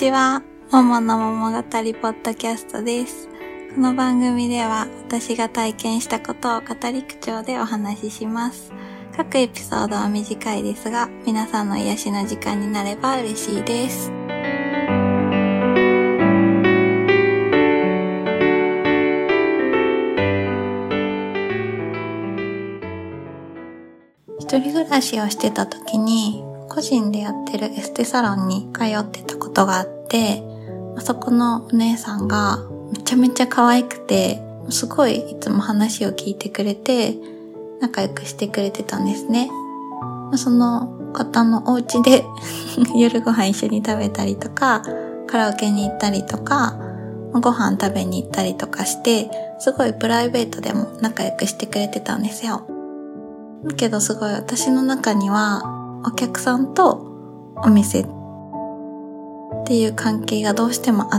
ちは、ももの桃語りポッドキャストです。この番組では私が体験したことを語り口調でお話しします。各エピソードは短いですが、皆さんの癒しの時間になれば嬉しいです。一人暮らしをしてた時に、個人でやってるエステサロンに通ってたことがあって、そこのお姉さんがめちゃめちゃ可愛くて、すごいいつも話を聞いてくれて、仲良くしてくれてたんですね。その方のお家で夜ご飯一緒に食べたりとか、カラオケに行ったりとか、ご飯食べに行ったりとかして、すごいプライベートでも仲良くしてくれてたんですよ。だけどすごい私の中には、お客さんとお店っていう関係がどうしてもあって、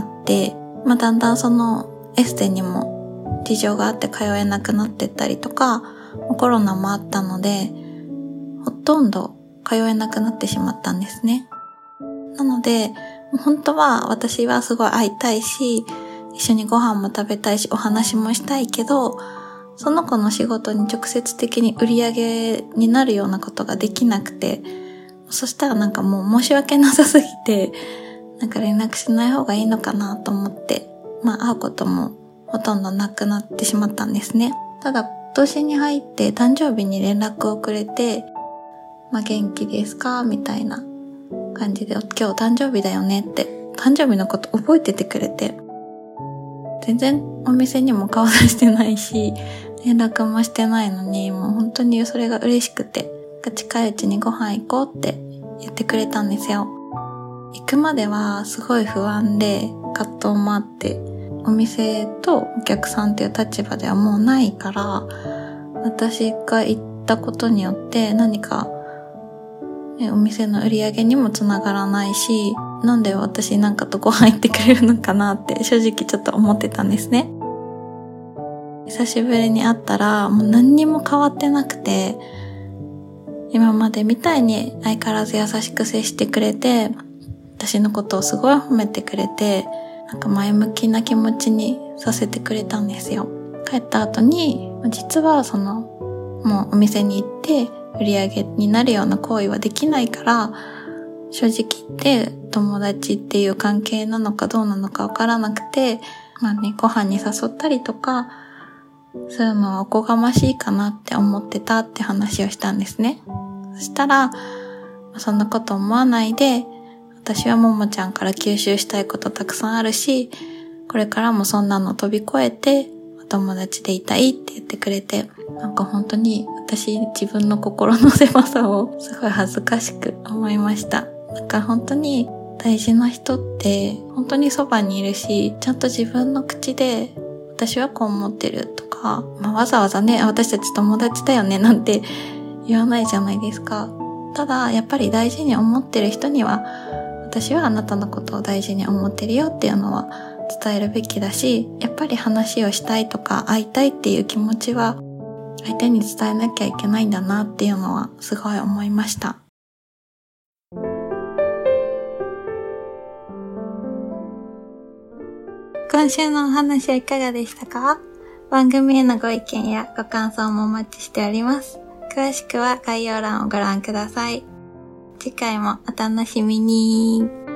だんだんそのエステにも事情があって通えなくなってったりとか、コロナもあったので、ほとんど通えなくなってしまったんですね。なので、本当は私はすごい会いたいし、一緒にご飯も食べたいし、お話もしたいけど、その子の仕事に直接的に売り上げになるようなことができなくて、そしたらもう申し訳なさすぎて、連絡しない方がいいのかなと思って、会うこともほとんどなくなってしまったんですね。ただ今年に入って誕生日に連絡をくれて、元気ですかみたいな感じで、今日誕生日だよねって、誕生日のこと覚えててくれて、全然お店にも顔出してないし、連絡もしてないのに、もう本当にそれが嬉しくて、近いうちにご飯行こうって言ってくれたんですよ。行くまではすごい不安で葛藤もあって、お店とお客さんっていう立場ではもうないから、私が行ったことによって何か、お店の売り上げにもつながらないし、なんで私とご飯行ってくれるのかなって正直ちょっと思ってたんですね。久しぶりに会ったらもう何にも変わってなくて、今までみたいに相変わらず優しく接してくれて、私のことをすごい褒めてくれて、前向きな気持ちにさせてくれたんですよ。帰った後に、実はもうお店に行って売り上げになるような行為はできないから、正直言って友達っていう関係なのかどうなのかわからなくて、ご飯に誘ったりとか、そういうのはおこがましいかなって思ってたって話をしたんですね。そしたら、そんなこと思わないで、私はももちゃんから吸収したいことたくさんあるし、これからもそんなの飛び越えて、お友達でいたいって言ってくれて、本当に私自分の心の狭さをすごい恥ずかしく思いました。本当に大事な人って本当にそばにいるし、ちゃんと自分の口で私はこう思ってるとか、わざわざね、私たち友達だよねなんて言わないじゃないですか。ただやっぱり大事に思ってる人には、私はあなたのことを大事に思ってるよっていうのは伝えるべきだし、やっぱり話をしたいとか会いたいっていう気持ちは相手に伝えなきゃいけないんだなっていうのはすごい思いました。今週のお話はいかがでしたか？番組へのご意見やご感想もお待ちしております。詳しくは概要欄をご覧ください。次回もお楽しみに。